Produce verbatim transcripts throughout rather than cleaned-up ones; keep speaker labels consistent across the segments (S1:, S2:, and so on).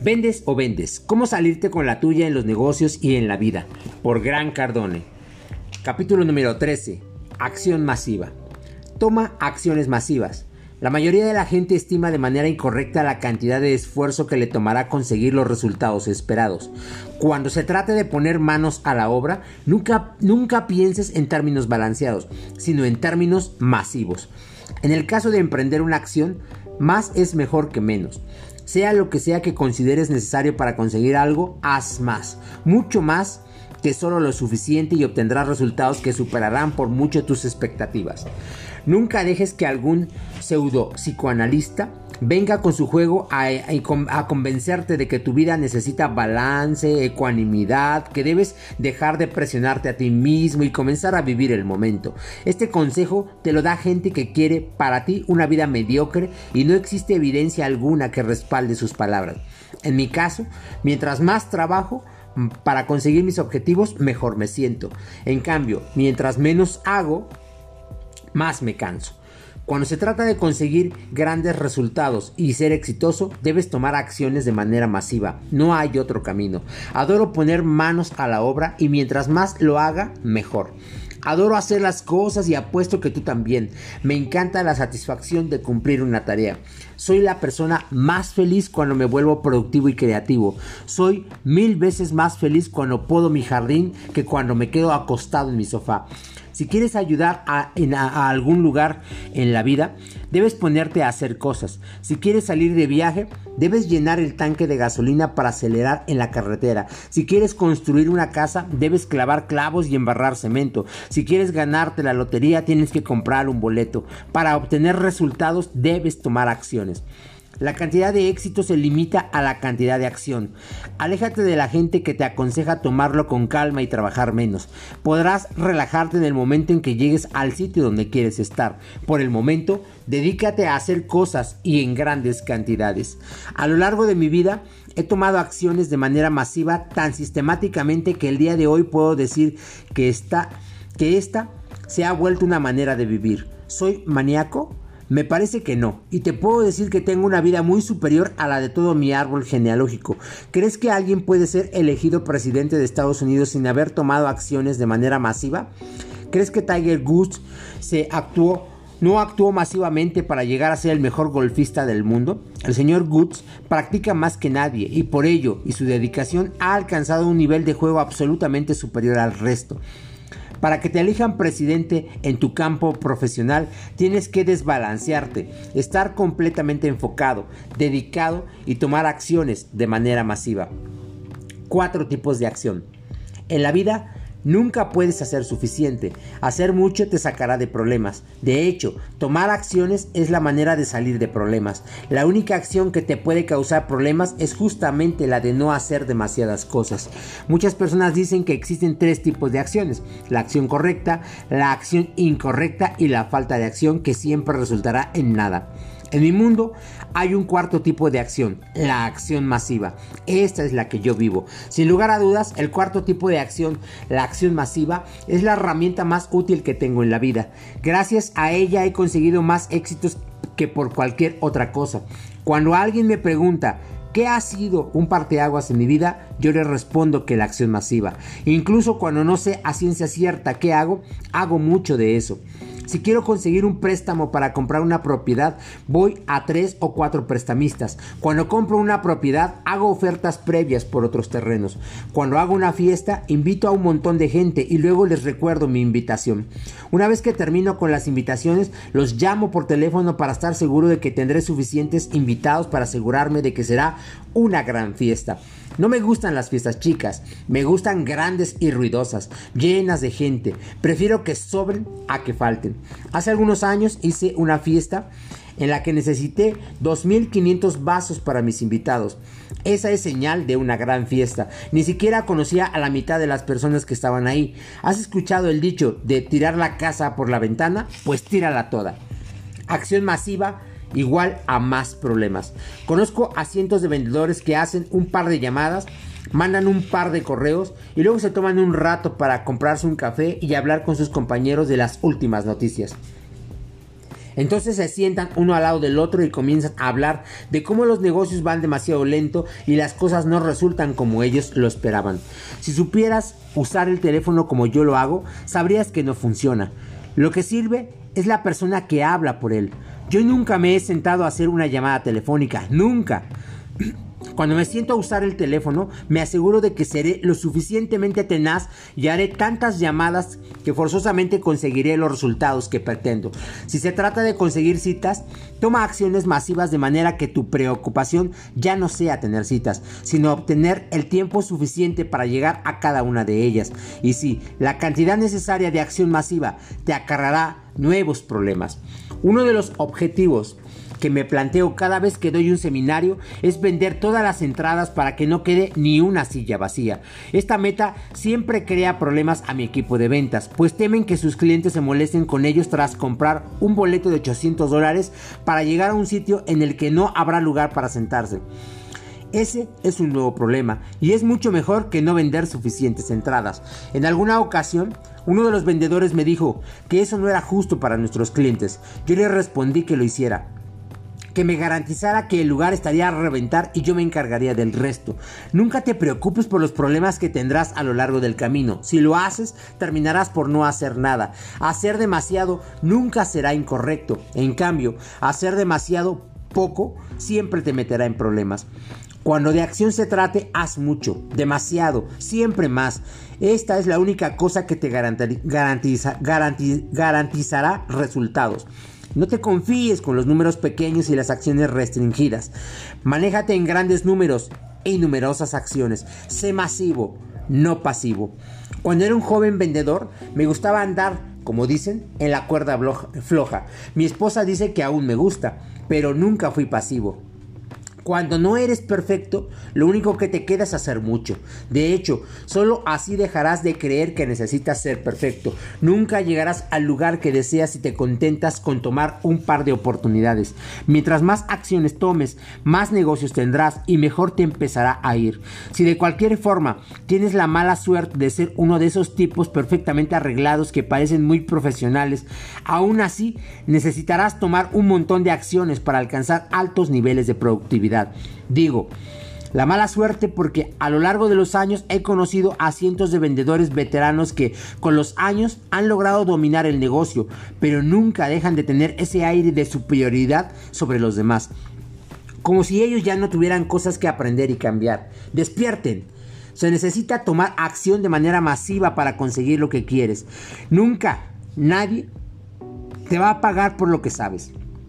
S1: ¿Vendes o vendes? ¿Cómo salirte con la tuya en los negocios y en la vida? Por Grant Cardone. Capítulo número trece. Acción masiva. Toma acciones masivas. La mayoría de la gente estima de manera incorrecta la cantidad de esfuerzo que le tomará conseguir los resultados esperados. Cuando se trate de poner manos a la obra, nunca, nunca pienses en términos balanceados, sino en términos masivos. En el caso de emprender una acción, más es mejor que menos. Sea lo que sea que consideres necesario para conseguir algo, haz más, mucho más que solo lo suficiente y obtendrás resultados que superarán por mucho tus expectativas. Nunca dejes que algún pseudo psicoanalista venga con su juego a, a, a convencerte de que tu vida necesita balance, ecuanimidad, que debes dejar de presionarte a ti mismo y comenzar a vivir el momento. Este consejo te lo da gente que quiere para ti una vida mediocre y no existe evidencia alguna que respalde sus palabras. En mi caso, mientras más trabajo para conseguir mis objetivos, mejor me siento. En cambio, mientras menos hago, más me canso. Cuando se trata de conseguir grandes resultados y ser exitoso, debes tomar acciones de manera masiva. No hay otro camino. Adoro poner manos a la obra y mientras más lo haga, mejor. Adoro hacer las cosas y apuesto que tú también. Me encanta la satisfacción de cumplir una tarea. Soy la persona más feliz cuando me vuelvo productivo y creativo. Soy mil veces más feliz cuando podo mi jardín que cuando me quedo acostado en mi sofá. Si quieres ayudar a, en, a, a algún lugar en la vida, debes ponerte a hacer cosas. Si quieres salir de viaje, debes llenar el tanque de gasolina para acelerar en la carretera. Si quieres construir una casa, debes clavar clavos y embarrar cemento. Si quieres ganarte la lotería, tienes que comprar un boleto. Para obtener resultados, debes tomar acciones. La cantidad de éxito se limita a la cantidad de acción. Aléjate de la gente que te aconseja tomarlo con calma y trabajar menos. Podrás relajarte en el momento en que llegues al sitio donde quieres estar. Por el momento, dedícate a hacer cosas y en grandes cantidades. A lo largo de mi vida, he tomado acciones de manera masiva tan sistemáticamente que el día de hoy puedo decir que esta, que esta se ha vuelto una manera de vivir. ¿Soy maníaco? Me parece que no, y te puedo decir que tengo una vida muy superior a la de todo mi árbol genealógico. ¿Crees que alguien puede ser elegido presidente de Estados Unidos sin haber tomado acciones de manera masiva? ¿Crees que Tiger Woods se actuó, no actuó masivamente para llegar a ser el mejor golfista del mundo? El señor Woods practica más que nadie y por ello y su dedicación ha alcanzado un nivel de juego absolutamente superior al resto. Para que te elijan presidente en tu campo profesional, tienes que desbalancearte, estar completamente enfocado, dedicado y tomar acciones de manera masiva. Cuatro tipos de acción. En la vida, nunca puedes hacer suficiente. Hacer mucho te sacará de problemas. De hecho, tomar acciones es la manera de salir de problemas. La única acción que te puede causar problemas es justamente la de no hacer demasiadas cosas. Muchas personas dicen que existen tres tipos de acciones: la acción correcta, la acción incorrecta y la falta de acción, que siempre resultará en nada. En mi mundo hay un cuarto tipo de acción, la acción masiva. Esta es la que yo vivo. Sin lugar a dudas, el cuarto tipo de acción, la acción masiva, es la herramienta más útil que tengo en la vida. Gracias a ella he conseguido más éxitos que por cualquier otra cosa. Cuando alguien me pregunta ¿qué ha sido un parteaguas en mi vida?, yo le respondo que la acción masiva. Incluso cuando no sé a ciencia cierta qué hago, hago mucho de eso. Si quiero conseguir un préstamo para comprar una propiedad, voy a tres o cuatro prestamistas. Cuando compro una propiedad, hago ofertas previas por otros terrenos. Cuando hago una fiesta, invito a un montón de gente y luego les recuerdo mi invitación. Una vez que termino con las invitaciones, los llamo por teléfono para estar seguro de que tendré suficientes invitados para asegurarme de que será una gran fiesta. No me gustan las fiestas chicas, me gustan grandes y ruidosas, llenas de gente. Prefiero que sobren a que falten. Hace algunos años hice una fiesta en la que necesité dos mil quinientos vasos para mis invitados. Esa es señal de una gran fiesta. Ni siquiera conocía a la mitad de las personas que estaban ahí. ¿Has escuchado el dicho de tirar la casa por la ventana? Pues tírala toda. Acción masiva igual a más problemas. Conozco a cientos de vendedores que hacen un par de llamadas, mandan un par de correos y luego se toman un rato para comprarse un café y hablar con sus compañeros de las últimas noticias. Entonces se sientan uno al lado del otro y comienzan a hablar de cómo los negocios van demasiado lento y las cosas no resultan como ellos lo esperaban. Si supieras usar el teléfono como yo lo hago, sabrías que no funciona. Lo que sirve es la persona que habla por él. Yo nunca me he sentado a hacer una llamada telefónica, nunca. Cuando me siento a usar el teléfono, me aseguro de que seré lo suficientemente tenaz y haré tantas llamadas que forzosamente conseguiré los resultados que pretendo. Si se trata de conseguir citas, toma acciones masivas de manera que tu preocupación ya no sea tener citas, sino obtener el tiempo suficiente para llegar a cada una de ellas. Y sí, la cantidad necesaria de acción masiva te acarreará nuevos problemas. Uno de los objetivos que me planteo cada vez que doy un seminario es vender todas las entradas para que no quede ni una silla vacía. Esta meta siempre crea problemas a mi equipo de ventas, pues temen que sus clientes se molesten con ellos tras comprar un boleto de ochocientos dólares para llegar a un sitio en el que no habrá lugar para sentarse. Ese es un nuevo problema y es mucho mejor que no vender suficientes entradas. En alguna ocasión, uno de los vendedores me dijo que eso no era justo para nuestros clientes. Yo le respondí que lo hiciera, que me garantizara que el lugar estaría a reventar y yo me encargaría del resto. Nunca te preocupes por los problemas que tendrás a lo largo del camino. Si lo haces, terminarás por no hacer nada. Hacer demasiado nunca será incorrecto. En cambio, hacer demasiado poco siempre te meterá en problemas. Cuando de acción se trate, haz mucho, demasiado, siempre más. Esta es la única cosa que te garantiza, garantiz, garantizará resultados. No te confíes con los números pequeños y las acciones restringidas. Manéjate en grandes números y numerosas acciones. Sé masivo, no pasivo. Cuando era un joven vendedor, me gustaba andar, como dicen, en la cuerda floja. Mi esposa dice que aún me gusta, pero nunca fui pasivo. Cuando no eres perfecto, lo único que te queda es hacer mucho. De hecho, solo así dejarás de creer que necesitas ser perfecto. Nunca llegarás al lugar que deseas si te contentas con tomar un par de oportunidades. Mientras más acciones tomes, más negocios tendrás y mejor te empezará a ir. Si de cualquier forma tienes la mala suerte de ser uno de esos tipos perfectamente arreglados que parecen muy profesionales, aún así necesitarás tomar un montón de acciones para alcanzar altos niveles de productividad. Digo, la mala suerte porque a lo largo de los años he conocido a cientos de vendedores veteranos que con los años han logrado dominar el negocio, pero nunca dejan de tener ese aire de superioridad sobre los demás, como si ellos ya no tuvieran cosas que aprender y cambiar. Despierten. Se necesita tomar acción de manera masiva para conseguir lo que quieres. Nunca nadie te va a pagar por lo que sabes.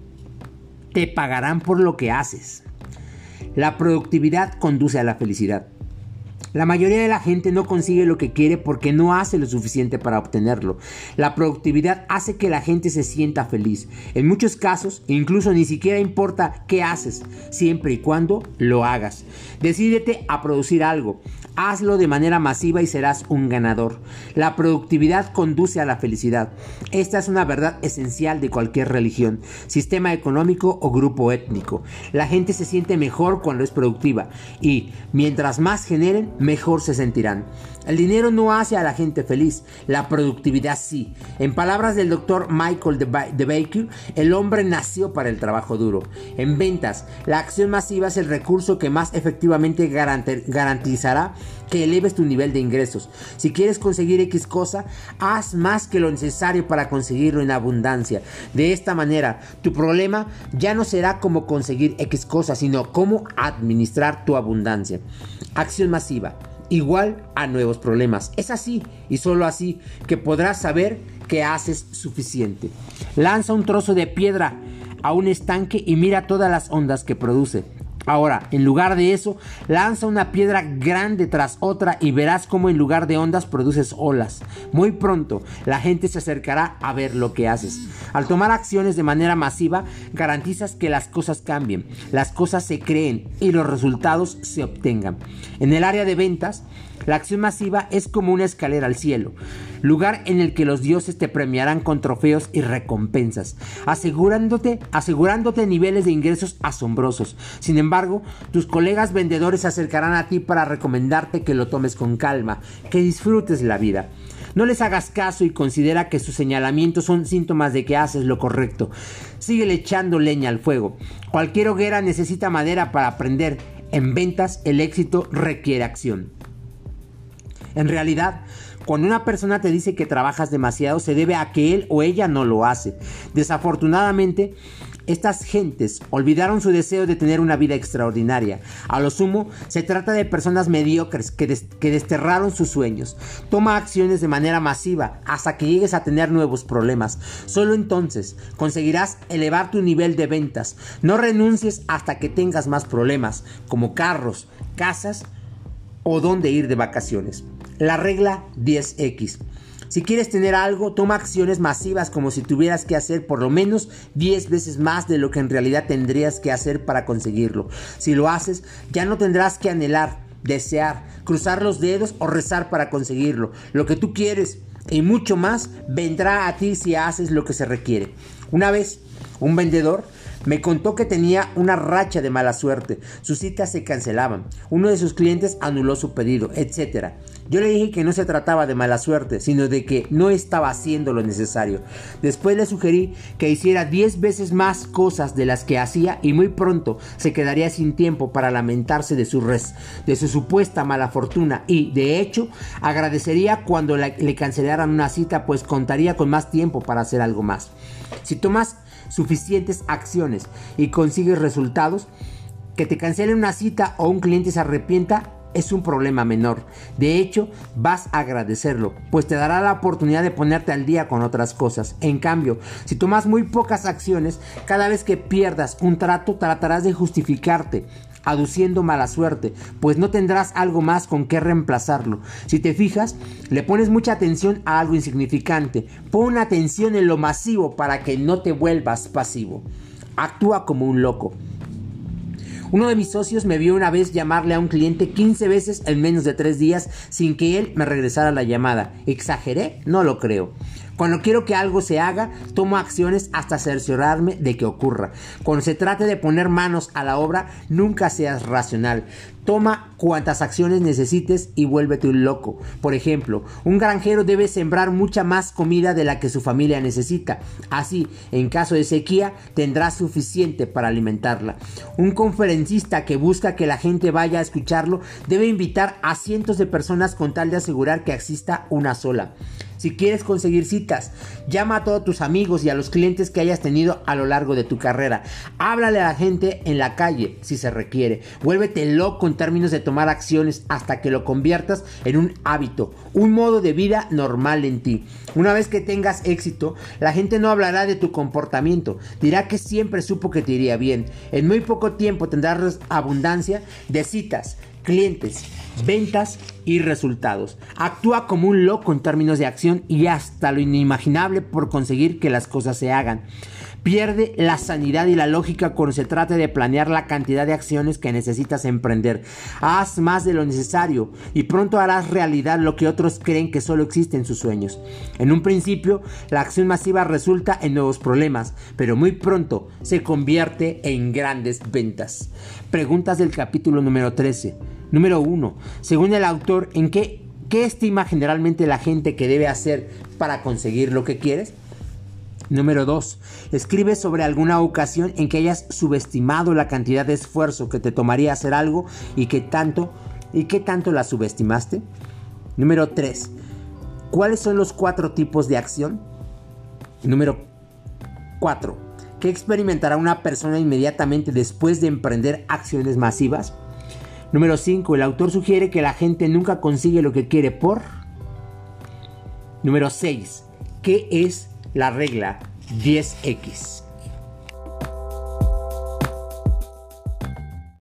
S1: Te pagarán por lo que haces. La productividad conduce a la felicidad. La mayoría de la gente no consigue lo que quiere porque no hace lo suficiente para obtenerlo. La productividad hace que la gente se sienta feliz. En muchos casos, incluso ni siquiera importa qué haces, siempre y cuando lo hagas. Decídete a producir algo. Hazlo de manera masiva y serás un ganador. La productividad conduce a la felicidad. Esta es una verdad esencial de cualquier religión, sistema económico o grupo étnico. La gente se siente mejor cuando es productiva y mientras más generen, mejor se sentirán. El dinero no hace a la gente feliz, la productividad sí. En palabras del doctor Michael DeBakey, el hombre nació para el trabajo duro. En ventas, la acción masiva es el recurso que más efectivamente garantizará que eleves tu nivel de ingresos. Si quieres conseguir X cosa, haz más que lo necesario para conseguirlo en abundancia. De esta manera, tu problema ya no será cómo conseguir X cosa, sino cómo administrar tu abundancia. Acción masiva igual a nuevos problemas. Es así y solo así que podrás saber que haces suficiente. Lanza un trozo de piedra a un estanque y mira todas las ondas que produce. Ahora, en lugar de eso, lanza una piedra grande tras otra y verás cómo en lugar de ondas produces olas. Muy pronto, la gente se acercará a ver lo que haces. Al tomar acciones de manera masiva, garantizas que las cosas cambien, las cosas se creen y los resultados se obtengan. En el área de ventas, la acción masiva es como una escalera al cielo, lugar en el que los dioses te premiarán con trofeos y recompensas, asegurándote, asegurándote niveles de ingresos asombrosos. Sin embargo, tus colegas vendedores se acercarán a ti para recomendarte que lo tomes con calma, que disfrutes la vida. No les hagas caso y considera que sus señalamientos son síntomas de que haces lo correcto. Síguele echando leña al fuego. Cualquier hoguera necesita madera para prender. En ventas, el éxito requiere acción. En realidad, cuando una persona te dice que trabajas demasiado, se debe a que él o ella no lo hace. Desafortunadamente, estas gentes olvidaron su deseo de tener una vida extraordinaria. A lo sumo, se trata de personas mediocres que, des- que desterraron sus sueños. Toma acciones de manera masiva hasta que llegues a tener nuevos problemas. Solo entonces conseguirás elevar tu nivel de ventas. No renuncies hasta que tengas más problemas, como carros, casas o dónde ir de vacaciones. La regla diez equis. Si quieres tener algo, toma acciones masivas como si tuvieras que hacer por lo menos diez veces más de lo que en realidad tendrías que hacer para conseguirlo. Si lo haces, ya no tendrás que anhelar, desear, cruzar los dedos o rezar para conseguirlo. Lo que tú quieres y mucho más vendrá a ti si haces lo que se requiere. Una vez, un vendedor me contó que tenía una racha de mala suerte. Sus citas se cancelaban. Uno de sus clientes anuló su pedido, etcétera. Yo le dije que no se trataba de mala suerte, sino de que no estaba haciendo lo necesario. Después le sugerí que hiciera diez veces más cosas de las que hacía y muy pronto se quedaría sin tiempo para lamentarse de su res, de su supuesta mala fortuna y, de hecho, agradecería cuando la, le cancelaran una cita, pues contaría con más tiempo para hacer algo más. Si tomas suficientes acciones y consigues resultados, que te cancelen una cita o un cliente se arrepienta es un problema menor. De hecho, vas a agradecerlo, pues te dará la oportunidad de ponerte al día con otras cosas. En cambio, si tomas muy pocas acciones, cada vez que pierdas un trato tratarás de justificarte, aduciendo mala suerte, pues no tendrás algo más con qué reemplazarlo. Si te fijas, le pones mucha atención a algo insignificante. Pon atención en lo masivo para que no te vuelvas pasivo. Actúa como un loco. Uno de mis socios me vio una vez llamarle a un cliente quince veces en menos de tres días sin que él me regresara la llamada. ¿Exageré? No lo creo. Cuando quiero que algo se haga, tomo acciones hasta cerciorarme de que ocurra. Cuando se trate de poner manos a la obra, nunca seas racional. Toma cuantas acciones necesites y vuélvete un loco. Por ejemplo, un granjero debe sembrar mucha más comida de la que su familia necesita. Así, en caso de sequía, tendrá suficiente para alimentarla. Un conferencista que busca que la gente vaya a escucharlo debe invitar a cientos de personas con tal de asegurar que exista una sola. Si quieres conseguir citas, llama a todos tus amigos y a los clientes que hayas tenido a lo largo de tu carrera. Háblale a la gente en la calle si se requiere. Vuélvete loco en términos de tomar acciones hasta que lo conviertas en un hábito, un modo de vida normal en ti. Una vez que tengas éxito, la gente no hablará de tu comportamiento, dirá que siempre supo que te iría bien. En muy poco tiempo tendrás abundancia de citas, clientes, ventas y resultados. Actúa como un loco en términos de acción y hasta lo inimaginable por conseguir que las cosas se hagan. Pierde la sanidad y la lógica cuando se trata de planear la cantidad de acciones que necesitas emprender. Haz más de lo necesario y pronto harás realidad lo que otros creen que solo existe en sus sueños. En un principio, la acción masiva resulta en nuevos problemas, pero muy pronto se convierte en grandes ventas. Preguntas del capítulo número trece. Número uno. Según el autor, ¿en qué, qué estima generalmente la gente que debe hacer para conseguir lo que quieres? Número dos. Escribe sobre alguna ocasión en que hayas subestimado la cantidad de esfuerzo que te tomaría hacer algo y que tanto, y qué tanto la subestimaste. Número tres. ¿Cuáles son los cuatro tipos de acción? Número cuatro. ¿Qué experimentará una persona inmediatamente después de emprender acciones masivas? Número cinco. El autor sugiere que la gente nunca consigue lo que quiere por... Número seis. ¿Qué es la regla diez equis?